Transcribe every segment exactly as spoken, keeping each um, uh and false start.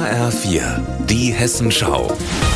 R vier, die Hessenschau.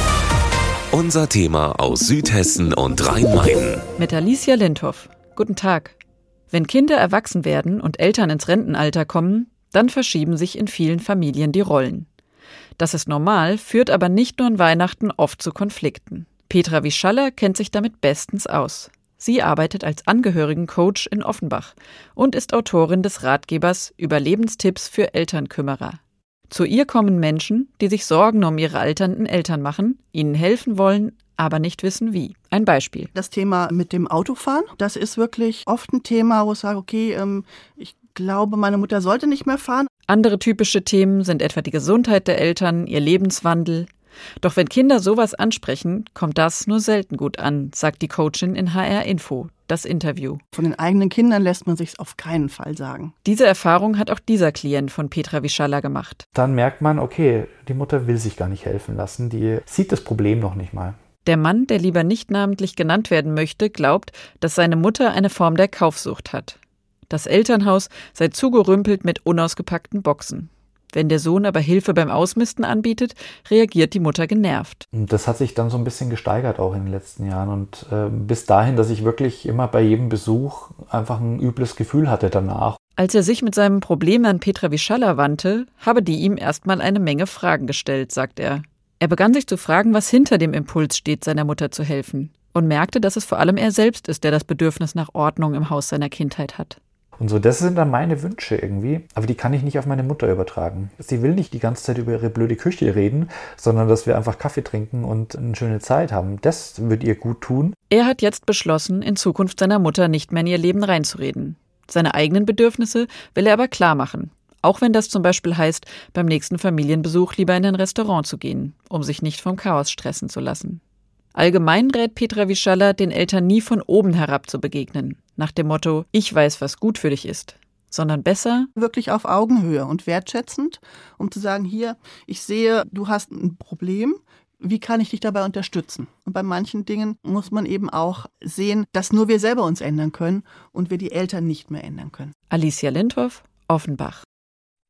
Unser Thema aus Südhessen und Rhein-Main. Mit Alicia Lindhoff. Guten Tag. Wenn Kinder erwachsen werden und Eltern ins Rentenalter kommen, dann verschieben sich in vielen Familien die Rollen. Das ist normal, führt aber nicht nur an Weihnachten oft zu Konflikten. Petra Wieschaller kennt sich damit bestens aus. Sie arbeitet als Angehörigencoach in Offenbach und ist Autorin des Ratgebers Überlebenstipps für Elternkümmerer. Zu ihr kommen Menschen, die sich Sorgen um ihre alternden Eltern machen, ihnen helfen wollen, aber nicht wissen wie. Ein Beispiel. Das Thema mit dem Autofahren, das ist wirklich oft ein Thema, wo ich sage, okay, ähm, ich glaube, meine Mutter sollte nicht mehr fahren. Andere typische Themen sind etwa die Gesundheit der Eltern, ihr Lebenswandel. Doch wenn Kinder sowas ansprechen, kommt das nur selten gut an, sagt die Coachin in H R Info, das Interview. Von den eigenen Kindern lässt man sich's auf keinen Fall sagen. Diese Erfahrung hat auch dieser Klient von Petra Wieschaller gemacht. Dann merkt man, okay, die Mutter will sich gar nicht helfen lassen, die sieht das Problem noch nicht mal. Der Mann, der lieber nicht namentlich genannt werden möchte, glaubt, dass seine Mutter eine Form der Kaufsucht hat. Das Elternhaus sei zugerümpelt mit unausgepackten Boxen. Wenn der Sohn aber Hilfe beim Ausmisten anbietet, reagiert die Mutter genervt. Das hat sich dann so ein bisschen gesteigert auch in den letzten Jahren und äh, bis dahin, dass ich wirklich immer bei jedem Besuch einfach ein übles Gefühl hatte danach. Als er sich mit seinem Problem an Petra Wieschaller wandte, habe die ihm erstmal eine Menge Fragen gestellt, sagt er. Er begann sich zu fragen, was hinter dem Impuls steht, seiner Mutter zu helfen, und merkte, dass es vor allem er selbst ist, der das Bedürfnis nach Ordnung im Haus seiner Kindheit hat. Und so, das sind dann meine Wünsche irgendwie, aber die kann ich nicht auf meine Mutter übertragen. Sie will nicht die ganze Zeit über ihre blöde Küche reden, sondern dass wir einfach Kaffee trinken und eine schöne Zeit haben. Das wird ihr gut tun. Er hat jetzt beschlossen, in Zukunft seiner Mutter nicht mehr in ihr Leben reinzureden. Seine eigenen Bedürfnisse will er aber klar machen. Auch wenn das zum Beispiel heißt, beim nächsten Familienbesuch lieber in ein Restaurant zu gehen, um sich nicht vom Chaos stressen zu lassen. Allgemein rät Petra Wieschaller, den Eltern nie von oben herab zu begegnen, nach dem Motto, ich weiß, was gut für dich ist, sondern besser wirklich auf Augenhöhe und wertschätzend, um zu sagen, hier, ich sehe, du hast ein Problem, wie kann ich dich dabei unterstützen? Und bei manchen Dingen muss man eben auch sehen, dass nur wir selber uns ändern können und wir die Eltern nicht mehr ändern können. Alicia Lindhoff, Offenbach.